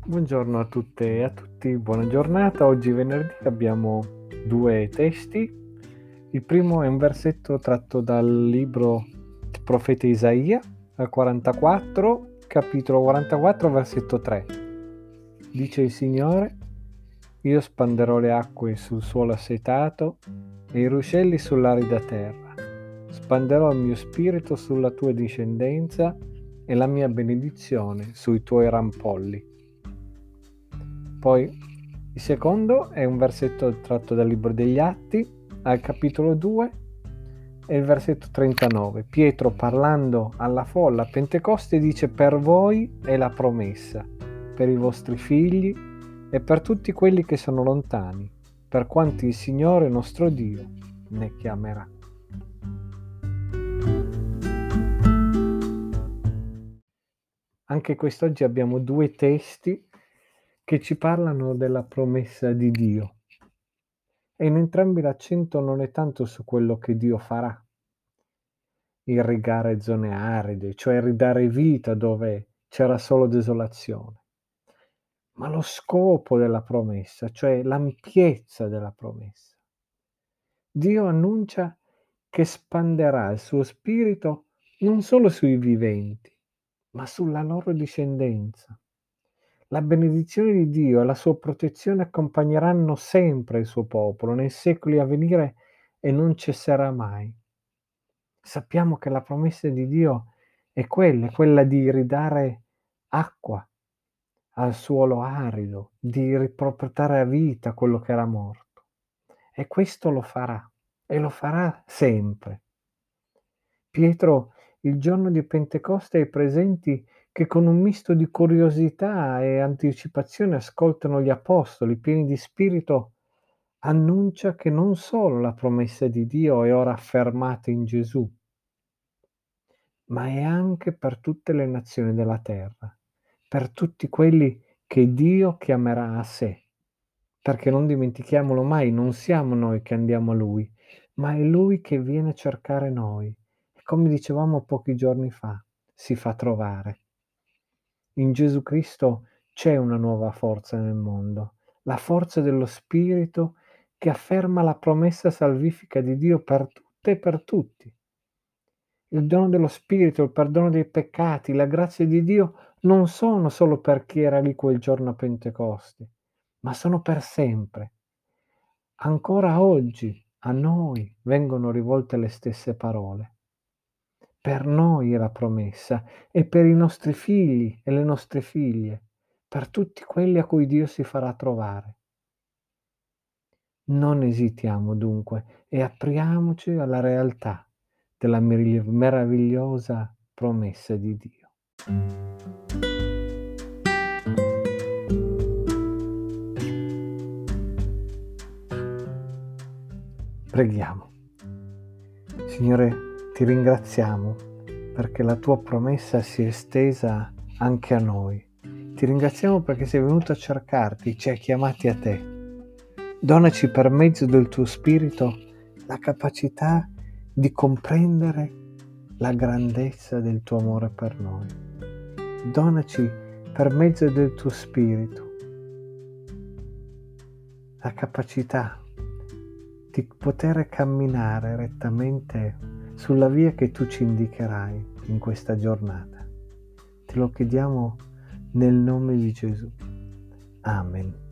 Buongiorno a tutte e a tutti, buona giornata. Oggi venerdì abbiamo due testi. Il primo è un versetto tratto dal libro del profeta Isaia, al 44, capitolo 44, versetto 3. Dice il Signore: Io spanderò le acque sul suolo assetato e i ruscelli sull'arida terra. Spanderò il mio spirito sulla tua discendenza e la mia benedizione sui tuoi rampolli. Poi il secondo è un versetto tratto dal libro degli Atti, al capitolo 2, e il versetto 39. Pietro, parlando alla folla a Pentecoste, dice: per voi è la promessa, per i vostri figli e per tutti quelli che sono lontani, per quanti il Signore nostro Dio ne chiamerà. Anche quest'oggi abbiamo due testi che ci parlano della promessa di Dio. E in entrambi l'accento non è tanto su quello che Dio farà, irrigare zone aride, cioè ridare vita dove c'era solo desolazione, ma lo scopo della promessa, cioè l'ampiezza della promessa. Dio annuncia che spanderà il suo spirito non solo sui viventi, ma sulla loro discendenza. La benedizione di Dio e la sua protezione accompagneranno sempre il suo popolo nei secoli a venire e non cesserà mai. Sappiamo che la promessa di Dio è quella di ridare acqua al suolo arido, di riportare a vita quello che era morto. E questo lo farà, e lo farà sempre. Pietro, il giorno di Pentecoste, ai presenti che con un misto di curiosità e anticipazione ascoltano gli apostoli pieni di spirito, annuncia che non solo la promessa di Dio è ora affermata in Gesù, ma è anche per tutte le nazioni della terra, per tutti quelli che Dio chiamerà a sé. Perché non dimentichiamolo mai, non siamo noi che andiamo a Lui, ma è Lui che viene a cercare noi. E come dicevamo pochi giorni fa, si fa trovare. In Gesù Cristo c'è una nuova forza nel mondo, la forza dello Spirito che afferma la promessa salvifica di Dio per tutte e per tutti. Il dono dello Spirito, il perdono dei peccati, la grazia di Dio non sono solo per chi era lì quel giorno a Pentecoste, ma sono per sempre. Ancora oggi a noi vengono rivolte le stesse parole. Per noi è la promessa e per i nostri figli e le nostre figlie, per tutti quelli a cui Dio si farà trovare. Non esitiamo dunque e apriamoci alla realtà della meravigliosa promessa di Dio. Preghiamo. Signore, ti ringraziamo perché la tua promessa si è estesa anche a noi. Ti ringraziamo perché sei venuto a cercarti, ci hai chiamati a te. Donaci per mezzo del tuo Spirito la capacità di comprendere la grandezza del tuo amore per noi. Donaci per mezzo del tuo Spirito la capacità di poter camminare rettamente sulla via che tu ci indicherai in questa giornata. Te lo chiediamo nel nome di Gesù. Amen.